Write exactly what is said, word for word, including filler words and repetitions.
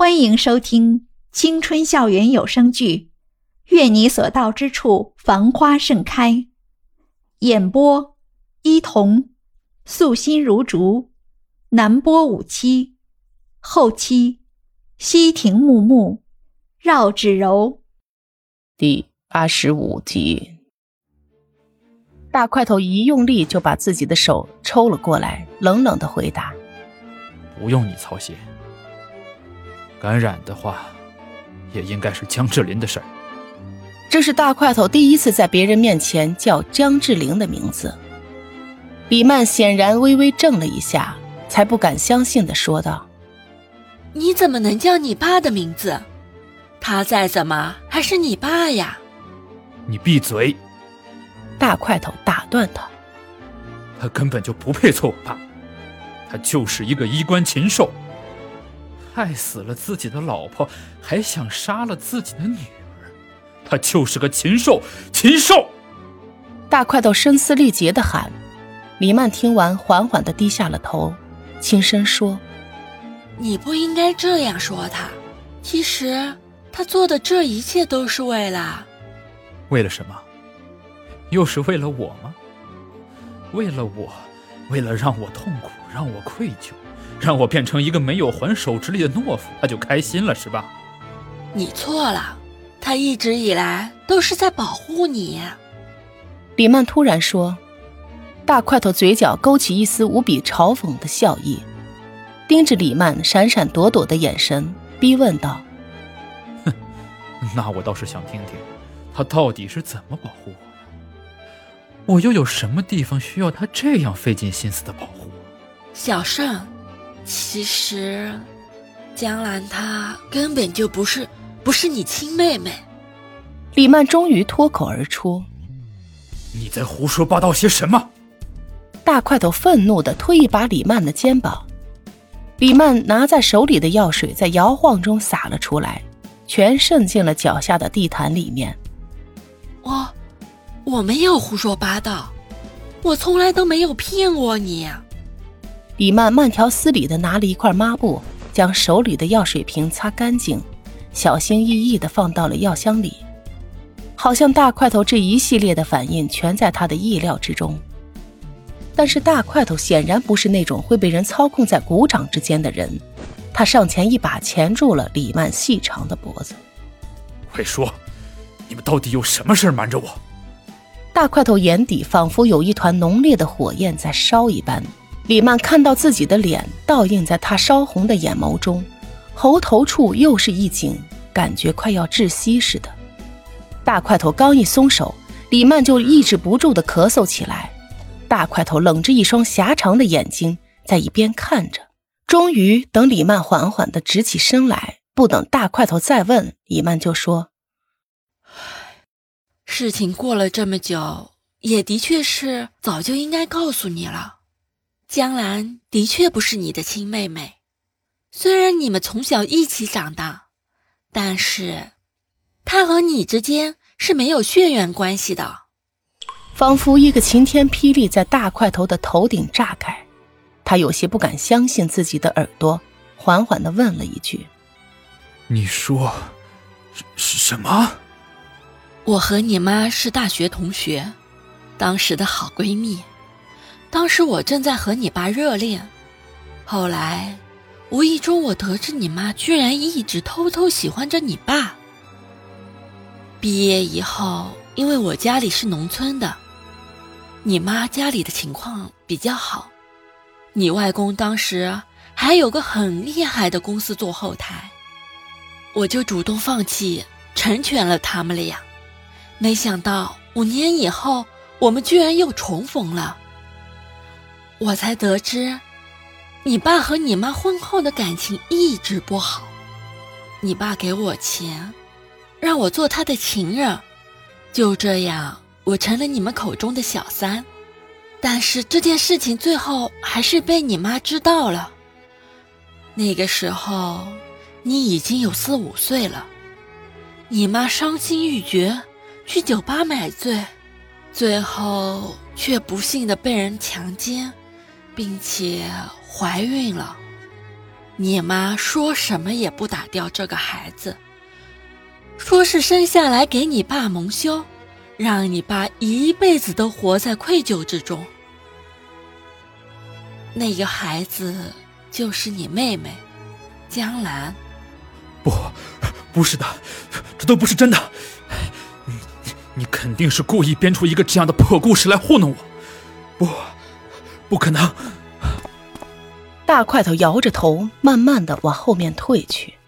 欢迎收听青春校园有声剧《愿你所到之处繁花盛开》，演播伊童，素心如竹，南波五七，后期西亭木木，绕指柔。 第八十五集。大块头一用力就把自己的手抽了过来，冷冷地回答： 不用你操心，感染的话也应该是江志林的事儿。 这是大块头第一次在别人面前叫江志玲的名字。李曼显然微微怔了一下，才不敢相信地说道： 你怎么能叫你爸的名字？他再怎么还是你爸呀。 你闭嘴。 大块头打断他： 他根本就不配做我爸，他就是一个衣冠禽兽，害死了自己的老婆，还想杀了自己的女儿，他就是个禽兽，禽兽！ 大块头声嘶力竭地喊。李曼听完缓缓地低下了头，轻声说： 你不应该这样说他，其实他做的这一切都是为了…… 为了什么？又是为了我吗？为了我，为了让我痛苦，让我愧疚，让我变成一个没有还手之力的懦夫，他就开心了是吧？ 你错了，他一直以来都是在保护你。 李曼突然说。大块头嘴角勾起一丝无比嘲讽的笑意，盯着李曼闪闪躲躲的眼神，逼问道： 哼，那我倒是想听听他到底是怎么保护我的，我又有什么地方需要他这样费尽心思的保护？ 小盛，其实江兰她根本就不是不是你亲妹妹。 李曼终于脱口而出： 你在胡说八道些什么？ 大块头愤怒地推一把李曼的肩膀，李曼拿在手里的药水在摇晃中洒了出来，全渗进了脚下的地毯里面。 我我没有胡说八道，我从来都没有骗过你。 李曼慢条斯理地拿了一块抹布，将手里的药水瓶擦干净，小心翼翼地放到了药箱里，好像大块头这一系列的反应全在他的意料之中。但是大块头显然不是那种会被人操控在股掌之间的人，他上前一把钳住了李曼细长的脖子。 快说，你们到底有什么事瞒着我？ 大块头眼底仿佛有一团浓烈的火焰在烧一般，李曼看到自己的脸倒映在他烧红的眼眸中，喉头处又是一紧，感觉快要窒息似的。大块头刚一松手，李曼就抑制不住地咳嗽起来。大块头冷着一双狭长的眼睛在一边看着，终于等李曼缓缓地直起身来，不等大块头再问，李曼就说： 事情过了这么久，也的确是早就应该告诉你了。江兰的确不是你的亲妹妹，虽然你们从小一起长大，但是她和你之间是没有血缘关系的。 仿佛一个晴天霹雳在大块头的头顶炸开，他有些不敢相信自己的耳朵，缓缓地问了一句： 你说什么？ 我和你妈是大学同学，当时的好闺蜜。当时我正在和你爸热恋，后来无意中我得知你妈居然一直偷偷喜欢着你爸。毕业以后，因为我家里是农村的，你妈家里的情况比较好，你外公当时还有个很厉害的公司做后台，我就主动放弃成全了他们俩。没想到五年以后，我们居然又重逢了。我才得知你爸和你妈婚后的感情一直不好，你爸给我钱让我做他的情人，就这样我成了你们口中的小三。但是这件事情最后还是被你妈知道了。那个时候你已经有四五岁了，你妈伤心欲绝，去酒吧买醉，最后却不幸地被人强奸，并且怀孕了。 你妈说什么也不打掉这个孩子，说是生下来给你爸蒙羞，让你爸一辈子都活在愧疚之中。那个孩子就是你妹妹江兰。 不，不是的，这都不是真的。你你肯定是故意编出一个这样的破故事来糊弄我。不，不可能。 大块头摇着头，慢慢的往后面退去。